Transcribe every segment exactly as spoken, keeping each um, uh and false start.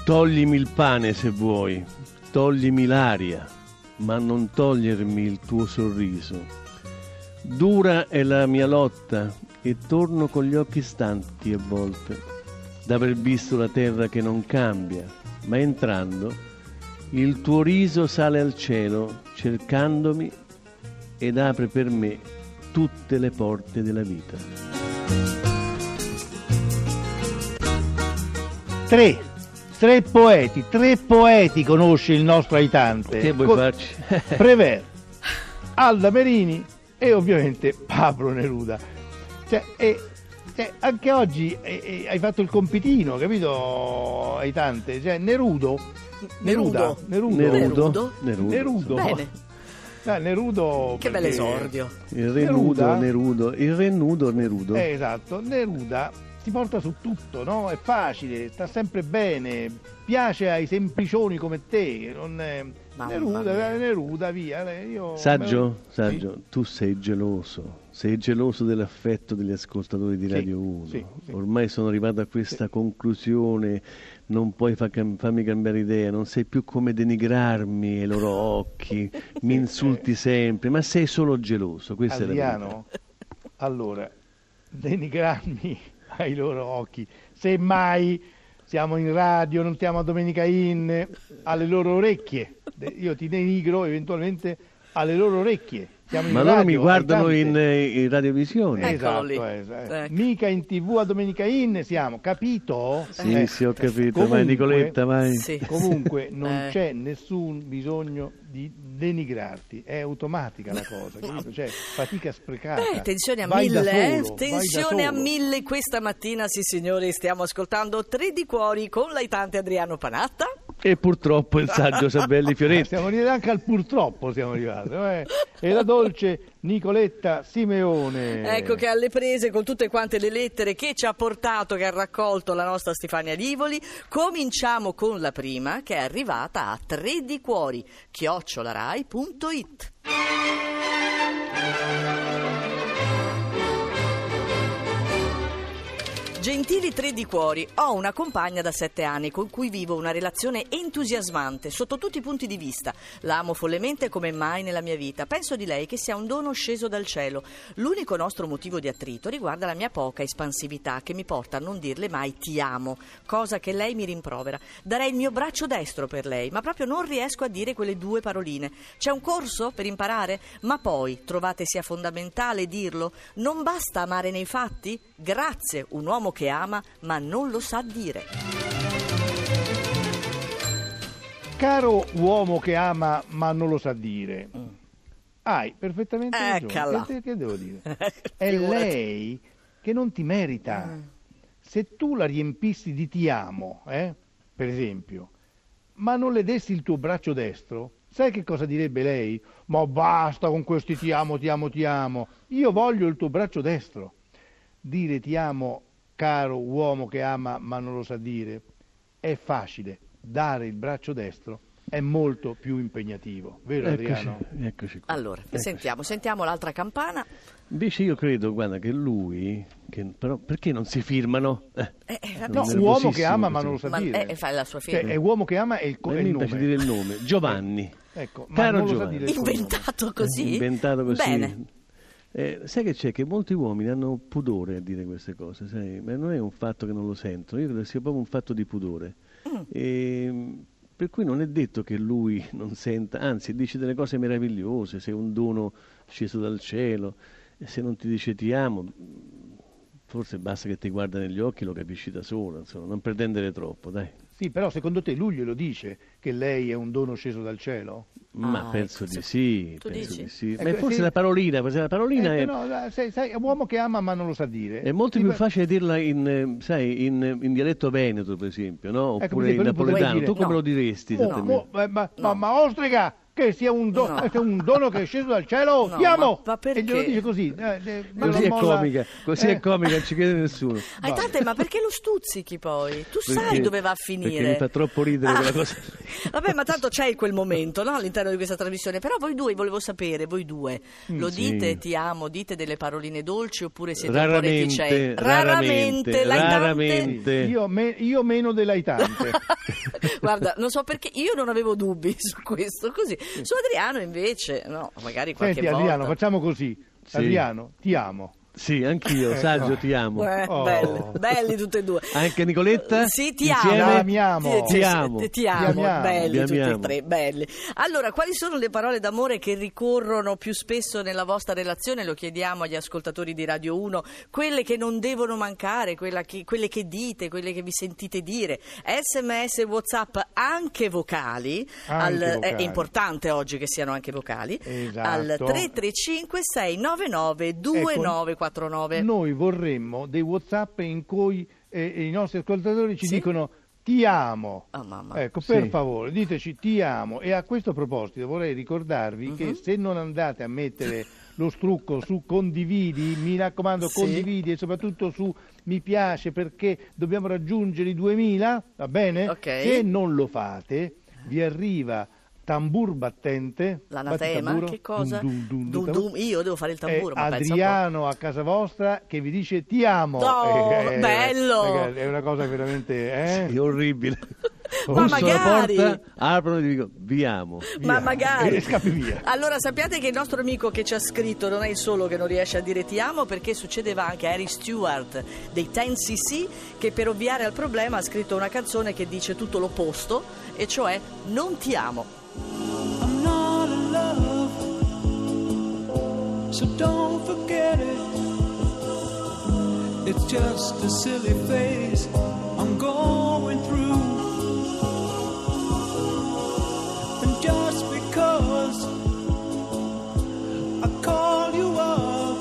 Toglimi il pane se vuoi, toglimi l'aria, ma non togliermi il tuo sorriso. Dura è la mia lotta e torno con gli occhi stanchi a volte d'aver visto la terra che non cambia, ma entrando il tuo riso sale al cielo cercandomi ed apre per me tutte le porte della vita. Tre. Tre poeti, tre poeti conosce il nostro Aitante. Che vuoi Con... farci? Prévert, Alda Merini e ovviamente Pablo Neruda. Cioè, e, cioè, anche oggi e, e, hai fatto il compitino, capito, Aitante? Cioè, Nerudo, Neruda, Nerudo, Nerudo, Nerudo, Nerudo. Nerudo. Bene. Ah, Nerudo Che perché... bell'esordio. Il re nudo, Nerudo, il re nudo, Nerudo. Eh, esatto, Neruda si porta su tutto, no? È facile, sta sempre bene, piace ai semplicioni come te. Non è... Neruda, Neruda, via. Io... Saggio, Sì. saggio, tu sei geloso, sei geloso dell'affetto degli ascoltatori di Sì, Radio uno. sì, sì. Ormai sono arrivato a questa Sì. conclusione, non puoi fa- farmi cambiare idea, non sai più come denigrarmi ai loro occhi, mi insulti sempre, ma sei solo geloso, questa Adriano, è la verità. allora, denigrarmi ai loro occhi, semmai siamo in radio, non stiamo a Domenica In, alle loro orecchie, io ti denigro eventualmente alle loro orecchie. Siamo in Ma loro radio, mi guardano Aitante. in, in radiovisione. Eccolo Esatto, lì. eh, eh. Ecco. Mica in tv a Domenica In siamo, capito? Sì, Eh, sì, ho capito, comunque- vai Nicoletta, vai. Sì. Comunque non Eh. c'è nessun bisogno di denigrarti, è automatica la cosa, capito? Cioè, fatica sprecata. Eh, tensione a Vai da mille, solo, eh? vai da Tensione a solo. mille questa mattina, sì signori, stiamo ascoltando Tre di Cuori con l'Aitante Adriano Panatta. E purtroppo il saggio Sabelli Fioretti. Siamo arrivati anche al purtroppo, siamo arrivati. eh? E la dolce Nicoletta Simeone. Ecco che alle prese con tutte quante le lettere che ci ha portato, che ha raccolto la nostra Stefania Livoli. Cominciamo con la prima, che è arrivata a Tre di Cuori, chiocciolarai punto it. Gentili Tre di Cuori, ho una compagna da sette anni con cui vivo una relazione entusiasmante sotto tutti i punti di vista. La amo follemente come mai nella mia vita. Penso di lei che sia un dono sceso dal cielo. L'unico nostro motivo di attrito riguarda la mia poca espansività che mi porta a non dirle mai ti amo, cosa che lei mi rimprovera. Darei il mio braccio destro per lei, ma proprio non riesco a dire quelle due paroline. C'è un corso per imparare? Ma poi trovate sia fondamentale dirlo? Non basta amare nei fatti? Grazie, un uomo che ama ma non lo sa dire. Caro uomo che ama ma non lo sa dire, hai perfettamente Eccola. ragione. Che, che devo dire? È Figurati. lei che non ti merita. Se tu la riempissi di ti amo, eh, per esempio, ma non le dessi il tuo braccio destro, sai che cosa direbbe lei? Ma basta con questi ti amo, ti amo, ti amo. Io voglio il tuo braccio destro. Dire ti amo, caro uomo che ama ma non lo sa dire, è facile. Dare il braccio destro è molto più impegnativo, vero Eccoci, Adriano? eccoci qua. Allora, Eccoci. sentiamo, sentiamo l'altra campana. Invece io credo, guarda, che lui, che, però perché non si firmano? Eh, Eh, eh, vabbè, No, sì. uomo che nervosissimo ama ma questo. non lo sa Ma dire. eh, fai la sua Cioè, firma. è uomo che ama è il, co- A è me il mi piace nome. dire il nome, Giovanni. Ecco, ma Caro non lo sa Giovanni. dire il cognome. Inventato così? Inventato così. Bene. Eh, sai che c'è? Che molti uomini hanno pudore a dire queste cose, sai? Ma non è un fatto che non lo sentono, io credo sia proprio un fatto di pudore. Mm. E, per cui non è detto che lui non senta, anzi dice delle cose meravigliose, sei un dono sceso dal cielo, e se non ti dice ti amo, forse basta che ti guarda negli occhi, lo capisci da solo, insomma, non pretendere troppo, dai. Sì, però secondo te lui glielo dice che lei è un dono sceso dal cielo? Ma Ah, penso ecco, di se- sì, tu penso dici? di sì. Ecco, Ma forse sì. la parolina, perché la parolina Eh, è... no, sai, sai, è un uomo che ama ma non lo sa dire. È molto Ti più guarda- facile dirla in, eh, sai, in, in dialetto veneto, per esempio, no? Ecco, Oppure per in esempio, lui napoletano. potrebbe Tu dire- come No. lo diresti Mo- esattamente? mo- ma, ma, No. ma, ma ostrica, che sia un, do- No. sia un dono che è sceso dal cielo, No, ti amo! ma- ma perché? E glielo dice così. Eh, eh, Così glielo è molla- comica, così eh. è comica, non ci crede nessuno. Hai tante, ma perché lo stuzzichi poi? Tu sai Perché- dove va a Perché finire. mi fa troppo ridere Ah. quella cosa. Vabbè, ma tanto c'è quel momento, no? All'interno di questa trasmissione. Però voi due, volevo sapere, voi due, lo sì. dite ti amo, dite delle paroline dolci oppure siete un po' Raramente, reticenti? raramente, laitante? raramente. Io, me- io meno delaitante. Guarda, non so perché, io non avevo dubbi su questo, così. Su Adriano invece, no, magari qualche Senti volta. Adriano, facciamo così. Sì. Adriano, ti amo. Sì, anch'io, Saggio, ti amo. Eh, Oh. belli, belli tutti e due. Anche Nicoletta? Sì, ti Insieme? amo. Ti amiamo. Ti, Ti amo. ti, ti amo, Ti amiamo. belli Ti tutti e amiamo. tre, belli. Allora, quali sono le parole d'amore che ricorrono più spesso nella vostra relazione? Lo chiediamo agli ascoltatori di Radio uno, quelle che non devono mancare, quella che- quelle che dite, quelle che vi sentite dire. sms, WhatsApp, anche vocali. Anche al- vocali. È importante oggi che siano anche vocali. Esatto. Al tre tre cinque sei nove nove due nove quattro nove. Noi vorremmo dei WhatsApp in cui eh, i nostri ascoltatori ci Sì? dicono ti amo. Oh, mamma. Ecco, per Sì. favore, diteci ti amo. E a questo proposito vorrei ricordarvi Mhm. che se non andate a mettere lo strucco su condividi, mi raccomando Sì. condividi e soprattutto su mi piace perché dobbiamo raggiungere i duemila, va bene? Ok. Se non lo fate, vi arriva tambur battente. L'anatema? batti tamburo, Che cosa? dum, dum, dum, Dum, dum, dum. Io devo fare il tamburo, è ma pensa un po'. Adriano a casa vostra che vi dice ti amo. Oh, Eh, eh, bello! ragazzi, è una cosa veramente eh? È orribile. Ma Busso alla magari. porta, aprono e dico, vi amo. Ma Via. magari. E scappi via. Allora sappiate che il nostro amico che ci ha scritto non è il solo che non riesce a dire ti amo, perché succedeva anche a Harry Stewart dei ten C C che per ovviare al problema ha scritto una canzone che dice tutto l'opposto, e cioè non ti amo. I'm not in love, so don't forget it. It's just a silly phase I'm going through. And just because I call you up,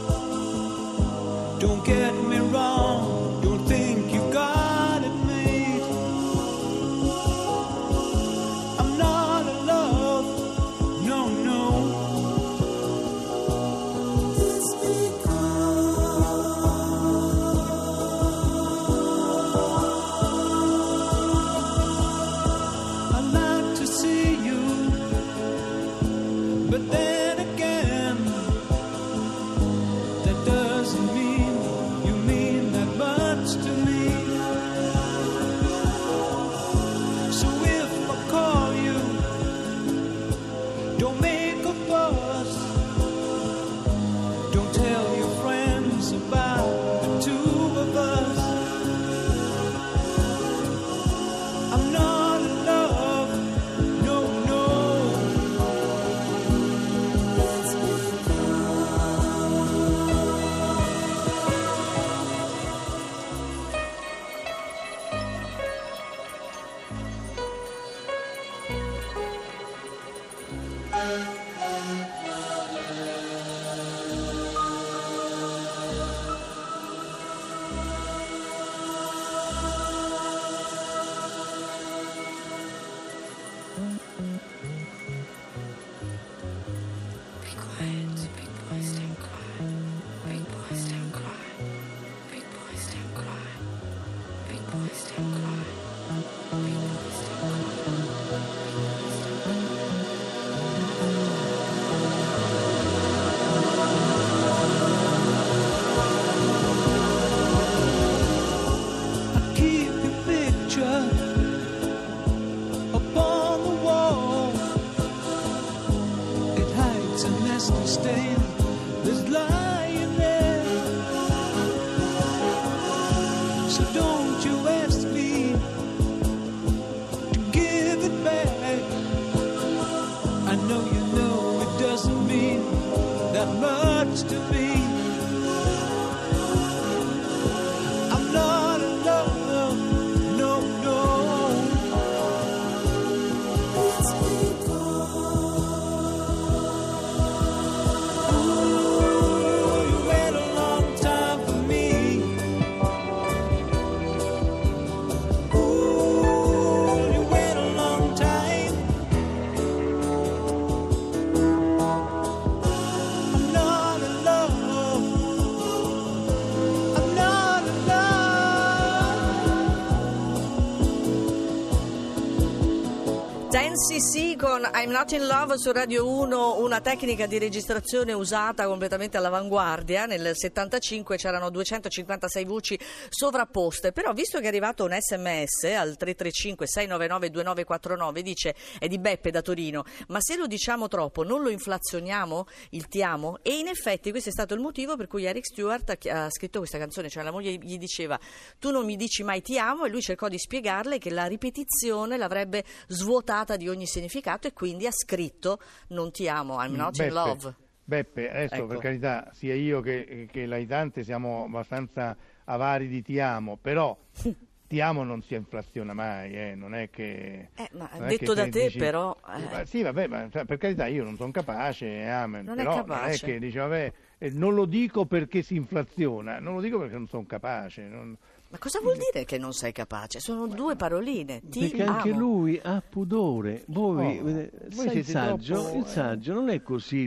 don't get me wrong, don't think you got it made. I'm not in love, no, no. It's I like to see you, but then again, that doesn't mean you mean that much to me. So if I call you, don't make a fuss. Don't tell your friends about the two of us. I'm not in love, no, no. Be quiet, big boys don't cry. Big boys don't cry. Big boys don't cry. Big boys don't cry. Big boys don't cry. I keep your picture upon the wall. It hides a nasty stain that's lying there. So don't you ask me to give it back. I know you know it doesn't mean that much to me. I'm not in love, no, no. It's Ooh, you wait a long time for me. Ooh, you wait a long time. N C C con I'm Not in Love su Radio uno, una tecnica di registrazione usata completamente all'avanguardia. Nel settantacinque c'erano duecentocinquantasei voci sovrapposte, però visto che è arrivato un sms al tre tre cinque sei nove nove due nove quattro nove, dice è di Beppe da Torino, ma se lo diciamo troppo non lo inflazioniamo il ti amo? E in effetti questo è stato il motivo per cui Eric Stewart ha scritto questa canzone, cioè la moglie gli diceva tu non mi dici mai ti amo, e lui cercò di spiegarle che la ripetizione l'avrebbe svuotata di ogni significato e quindi ha scritto non ti amo, I'm not Beppe, in love. Beppe, adesso Ecco. per carità, sia io che, che l'aiutante siamo abbastanza avari di ti amo, però ti amo non si inflaziona mai, eh, non è che... Eh, ma non è detto che da se te dici- però... Ma eh, sì, vabbè, ma cioè, per carità io non sono capace, eh, amen, Non è però non è capace. che dice, vabbè, eh, non lo dico perché si inflaziona, non lo dico perché non sono capace. Non... ma cosa vuol dire che non sei capace? Sono due paroline, ti Perché anche amo. lui ha pudore. Voi, Oh, eh, voi sai, il siete saggio, troppo, il eh. saggio non è così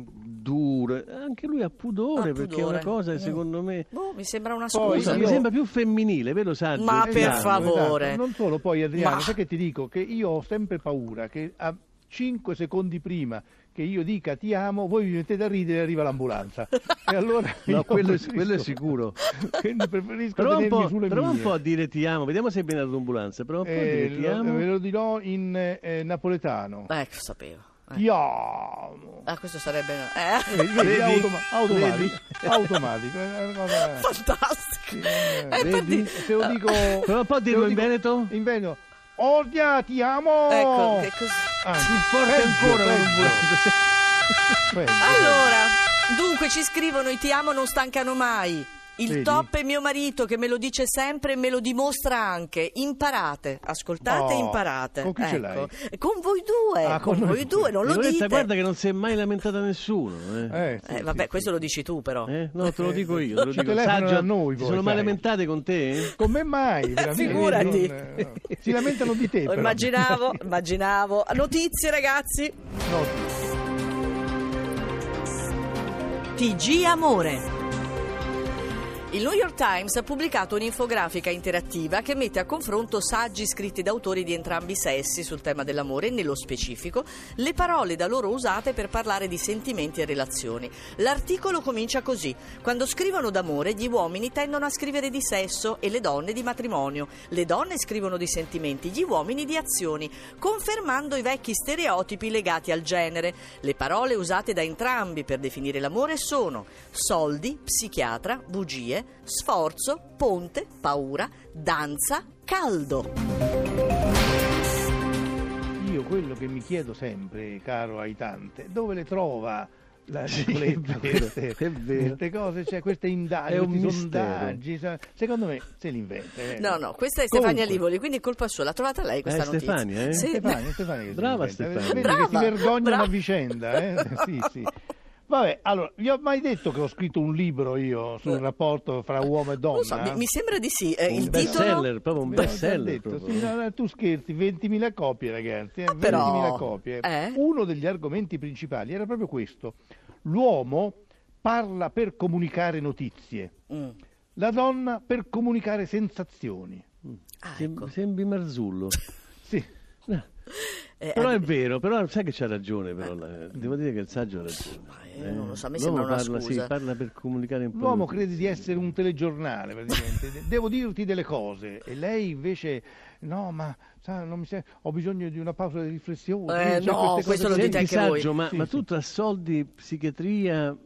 duro, anche lui ha pudore, Ha perché è pudore. una cosa secondo me... Boh, mi sembra una Poi scusa. Scusa, io- mi sembra più femminile, vero saggio? Ma Ti per amo. favore. esatto. Non solo, poi Adriano, Ma- sai che ti dico? Che io ho sempre paura che a cinque secondi prima che io dica ti amo, voi vi mettete a ridere e arriva l'ambulanza. E allora No, io quello, è- preferisco- quello è sicuro. Quindi preferisco Prova un, tenermi po', sulle prova un mie. po' a dire ti amo, vediamo se viene l'ambulanza. Prova un po' a Eh, dire ti lo- amo. ve lo dirò in eh, napoletano. Ecco, sapevo. Eh. Ti amo. Ah, questo sarebbe... Eh. Vedi, vedi, Vedi? automa- automatico, Vedi? automatico, è una cosa- Fantastico. eh, Eh, per vedi? dire- se lo dico Prova un po' a se dirlo lo in dico- veneto. in veneto. Odia, ti amo. Ecco, che cos- Ah, Più forte peggio, ancora peggio, l'ambulanza. peggio. Allora, dunque ci scrivono i ti amo non stancano mai. Il Vedi? top è mio marito che me lo dice sempre e me lo dimostra anche. Imparate, ascoltate e Oh, imparate. con chi ce Ecco. Con voi due, Ah, con, con noi voi due. due, non lo Violetta, dite. guarda che non si è mai lamentata nessuno. Eh. Eh, sì, Eh, sì, vabbè, sì. questo lo dici tu però. Eh? No, te lo dico io. Te lo Ci dico. telefonano Saggio, a noi, si poi, sono mai sai. lamentate con te? Con me mai, veramente. Figurati. Non, eh, no. Si lamentano di te. Lo però. immaginavo, immaginavo. Notizie ragazzi. No, T G Amore. Il New York Times ha pubblicato un'infografica interattiva che mette a confronto saggi scritti da autori di entrambi i sessi sul tema dell'amore e, nello specifico, le parole da loro usate per parlare di sentimenti e relazioni. L'articolo comincia così: quando scrivono d'amore, gli uomini tendono a scrivere di sesso e le donne di matrimonio. Le donne scrivono di sentimenti, gli uomini di azioni, confermando i vecchi stereotipi legati al genere. Le parole usate da entrambi per definire l'amore sono soldi, psichiatra, bugie, sforzo, ponte, paura, danza, caldo. io quello che mi chiedo sempre, caro Aitante, dove le trova la Sì, Nicoletta è vero, queste, è vero. queste cose, cioè queste È indagini, un questi mistero. sondaggi, sa- secondo me se li inventa. eh. No, no, questa è Stefania Comunque. Livoli, quindi è colpa sua. L'ha trovata lei questa Eh, notizia. Stefania, eh? Sì. Stefania, Stefania che si Brava inventa. Stefania. Vedi Brava, che si vergognano brava. a vicenda, eh? Sì, sì. Vabbè, allora, vi ho mai detto che ho scritto un libro io sul rapporto fra uomo e donna? Non so, mi, mi sembra di sì. Eh, Un il best titolo... seller, proprio un Ve l'ho best già seller. detto, proprio. sì, no, no, tu scherzi, ventimila copie ragazzi, eh, Ah, però, ventimila copie. eh? Uno degli argomenti principali era proprio questo: l'uomo parla per comunicare notizie, Mm. la donna per comunicare sensazioni. Ah, Sem- ecco. Sembri Marzullo. Sì. No. Eh, Però eh, è vero, però sai che c'ha ragione, però, la- devo dire che il saggio ha ragione. ma io non lo so, a me L'uomo sembra una parla, scusa. Sì, parla per comunicare un po'. L'uomo di crede di notizie. essere un telegiornale praticamente. De- devo dirti delle cose e lei invece no, ma sa, non mi sa- ho bisogno di una pausa di riflessione. Eh, Cioè, no, queste questo cose lo così. dite Senti, anche voi. Saggio, ma, Sì, ma sì. tu tra soldi, psichiatria,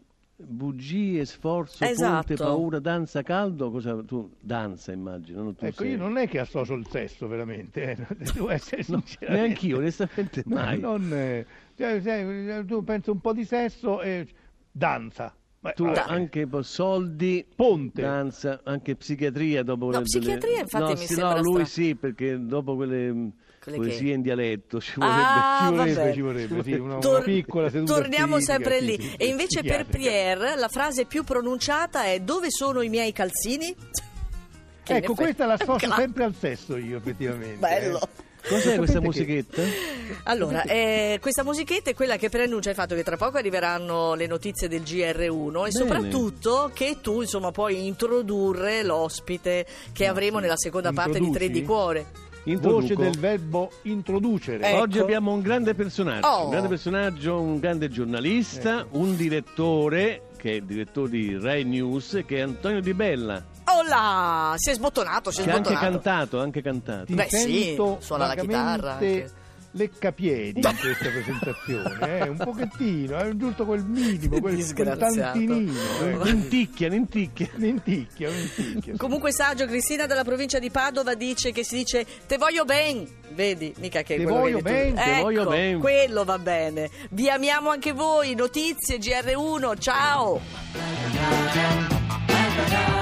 bugie, sforzo, Esatto. ponte, paura, danza, caldo, cosa tu danza immagino, non tu Ecco, sei. io non è che associo il sesso veramente, eh, devo essere No, sincero. neanch'io, onestamente mai. Non, eh, cioè, sai, tu pensi un po' di sesso e danza. Beh, Tu vabbè. anche po- soldi, Ponte. danza, anche psichiatria dopo No, quelle- psichiatria, infatti, no, mi sì, sembra no, lui stra- sì, perché dopo quelle, mh, Quelle poesie che- in dialetto ci vorrebbe. Ah, ci vorrebbe, vabbè. ci vorrebbe, sì, una, Tor- una piccola seduta Torniamo spiritica, sempre sì, lì. sì, E invece per psichiatrica. Pierre la frase più pronunciata è: dove sono i miei calzini? Che in Ecco, effetti- questa l'associo Claro. sempre al sesso io, effettivamente. Bello. eh. Cos'è questa Sapete che- musichetta? Allora, eh, questa musichetta è quella che preannuncia il fatto che tra poco arriveranno le notizie del G R uno e Bene. soprattutto che tu, insomma, puoi introdurre l'ospite che avremo nella seconda parte di Tre Introduci? di Cuore. Introduco. Voce del verbo introducere. Ecco. Oggi abbiamo un grande personaggio, Oh. un grande personaggio, un grande giornalista, Ecco. un direttore, che è il direttore di Rai News, che è Antonio Di Bella, Oh là, si è sbottonato, si è che ha anche sbottonato. cantato, anche cantato. Ti Beh, sì, sento suona la chitarra vagamente anche. leccapiedi in questa presentazione, eh? Un pochettino, è giusto quel minimo, quel, quel Disgraziato. tantinino. Eh? Ninticchia, ninticchia. Ninticchia, ninticchia. Comunque saggio, Cristina dalla provincia di Padova dice che si dice te voglio ben, vedi, mica che è Te quello voglio che dici tu. ben, te Ecco, voglio ben. quello va bene. Vi amiamo anche voi, notizie G R uno, ciao.